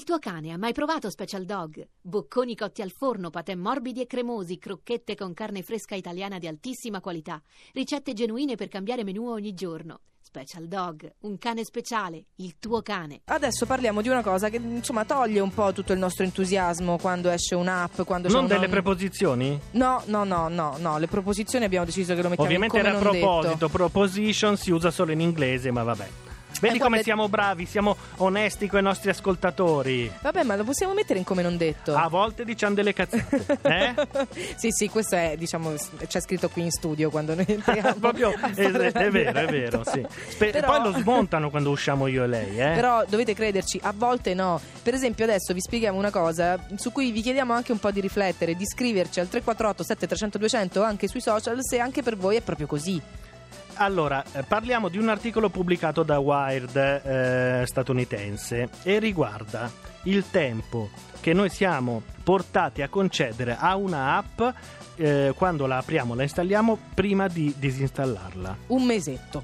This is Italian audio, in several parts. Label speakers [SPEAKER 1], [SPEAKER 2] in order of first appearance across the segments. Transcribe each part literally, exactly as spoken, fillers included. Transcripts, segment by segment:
[SPEAKER 1] tuo cane ha mai provato Special Dog? Bocconi cotti al forno, patè morbidi e cremosi, crocchette con carne fresca italiana di altissima qualità, ricette genuine per cambiare menù ogni giorno. Special Dog, un cane speciale, il tuo cane.
[SPEAKER 2] Adesso parliamo di una cosa che insomma toglie un po' tutto il nostro entusiasmo quando esce un'app, quando
[SPEAKER 3] non
[SPEAKER 2] c'è
[SPEAKER 3] delle
[SPEAKER 2] un...
[SPEAKER 3] preposizioni?
[SPEAKER 2] No, no, no, no, no, le proposizioni abbiamo deciso che lo mettiamo
[SPEAKER 3] Ovviamente
[SPEAKER 2] in come
[SPEAKER 3] era
[SPEAKER 2] non
[SPEAKER 3] proposito,
[SPEAKER 2] detto.
[SPEAKER 3] proposition si usa solo in inglese, ma vabbè. Vedi
[SPEAKER 2] Eh,
[SPEAKER 3] come
[SPEAKER 2] guarda...
[SPEAKER 3] siamo bravi, siamo onesti con i nostri ascoltatori.
[SPEAKER 2] Vabbè, ma lo possiamo mettere in come non detto.
[SPEAKER 3] A volte diciamo delle cazzate, eh?
[SPEAKER 2] Sì, sì, questo è, diciamo, c'è scritto qui in studio quando noi entriamo.
[SPEAKER 3] Proprio, è, è vero, è vero, sì. Spe-
[SPEAKER 2] Però...
[SPEAKER 3] Poi lo smontano quando usciamo io e lei, eh?
[SPEAKER 2] Però dovete crederci, a volte no. Per esempio adesso vi spieghiamo una cosa su cui vi chiediamo anche un po' di riflettere, di scriverci al tre quattro otto sette tre zero zero due zero zero anche sui social se anche per voi è proprio così.
[SPEAKER 3] Allora, eh, parliamo di un articolo pubblicato da Wired eh, statunitense e riguarda il tempo che noi siamo portati a concedere a una app eh, quando la apriamo, la installiamo, prima di disinstallarla.
[SPEAKER 2] Un mesetto.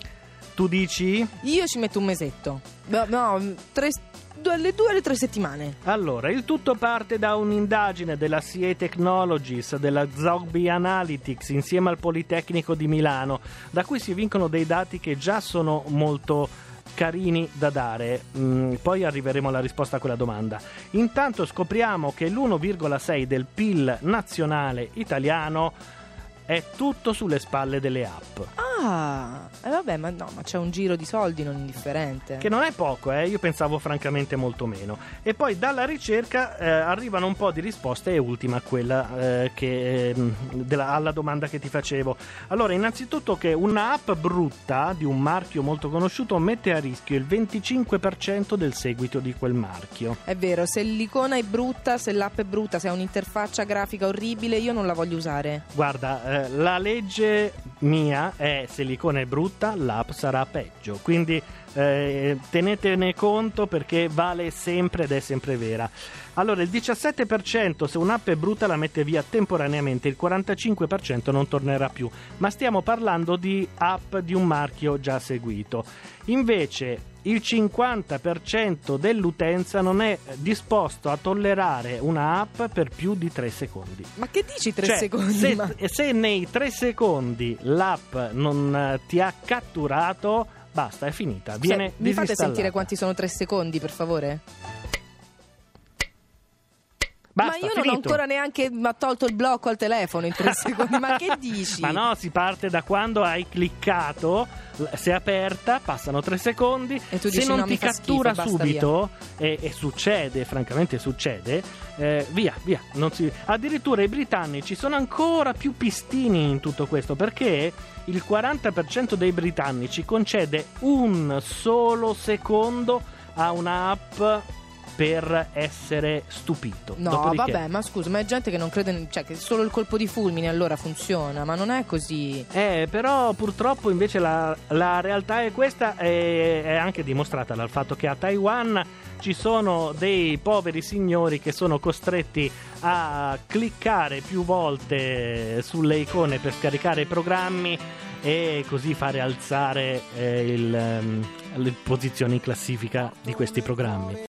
[SPEAKER 3] Tu dici?
[SPEAKER 2] Io ci metto un mesetto. No, no tre, due, le due alle tre settimane.
[SPEAKER 3] Allora, il tutto parte da un'indagine della C A Technologies, della Zogby Analytics insieme al Politecnico di Milano, da cui si evincono dei dati che già sono molto carini da dare. Mm, poi arriveremo alla risposta a quella domanda. Intanto scopriamo che l'uno virgola sei del P I L nazionale italiano è tutto sulle spalle delle app.
[SPEAKER 2] Ah, eh vabbè, ma no, ma c'è un giro di soldi non indifferente.
[SPEAKER 3] Che non è poco, eh? Io pensavo francamente molto meno. E poi dalla ricerca eh, arrivano un po' di risposte, e ultima quella eh, che, eh, della, alla domanda che ti facevo. Allora, innanzitutto che un'app brutta di un marchio molto conosciuto mette a rischio il venticinque per cento del seguito di quel marchio.
[SPEAKER 2] È vero, se l'icona è brutta, se l'app è brutta, se ha un'interfaccia grafica orribile, io non la voglio usare.
[SPEAKER 3] Guarda, eh, la legge mia è: se l'icona è brutta, l'app sarà peggio. Quindi eh, tenetene conto, perché vale sempre ed è sempre vera. Allora, il diciassette per cento se un'app è brutta la mette via temporaneamente, il quarantacinque per cento non tornerà più. Ma stiamo parlando di app di un marchio già seguito. Invece il cinquanta per cento dell'utenza non è disposto a tollerare una app per più di tre secondi.
[SPEAKER 2] Ma che dici tre
[SPEAKER 3] cioè,
[SPEAKER 2] secondi?
[SPEAKER 3] Se,
[SPEAKER 2] ma...
[SPEAKER 3] se nei tre secondi l'app non ti ha catturato, basta, è finita. Viene
[SPEAKER 2] Scusa, mi fate sentire
[SPEAKER 3] disinstallata.
[SPEAKER 2] quanti sono tre secondi, per favore?
[SPEAKER 3] Basta,
[SPEAKER 2] ma io non
[SPEAKER 3] finito.
[SPEAKER 2] ho ancora neanche mi ha tolto il blocco al telefono in tre secondi. Ma che dici?
[SPEAKER 3] Ma no, si parte da quando hai cliccato, si è aperta, passano tre secondi,
[SPEAKER 2] e tu
[SPEAKER 3] se
[SPEAKER 2] dici,
[SPEAKER 3] non
[SPEAKER 2] no,
[SPEAKER 3] ti
[SPEAKER 2] mi fa
[SPEAKER 3] cattura
[SPEAKER 2] schifo, basta,
[SPEAKER 3] subito, e, e succede, francamente succede, eh, via, via. Non si... Addirittura i britannici sono ancora più pistini in tutto questo, perché il quaranta per cento dei britannici concede un solo secondo a una app per essere stupito.
[SPEAKER 2] No,
[SPEAKER 3] Dopodiché...
[SPEAKER 2] vabbè, ma scusa, ma è gente che non crede, cioè che solo il colpo di fulmine allora funziona, ma non è così.
[SPEAKER 3] Eh, però purtroppo invece la, la realtà è questa, è, è anche dimostrata dal fatto che a Taiwan ci sono dei poveri signori che sono costretti a cliccare più volte sulle icone per scaricare i programmi e così fare alzare eh, il, um, le posizioni in classifica di questi programmi.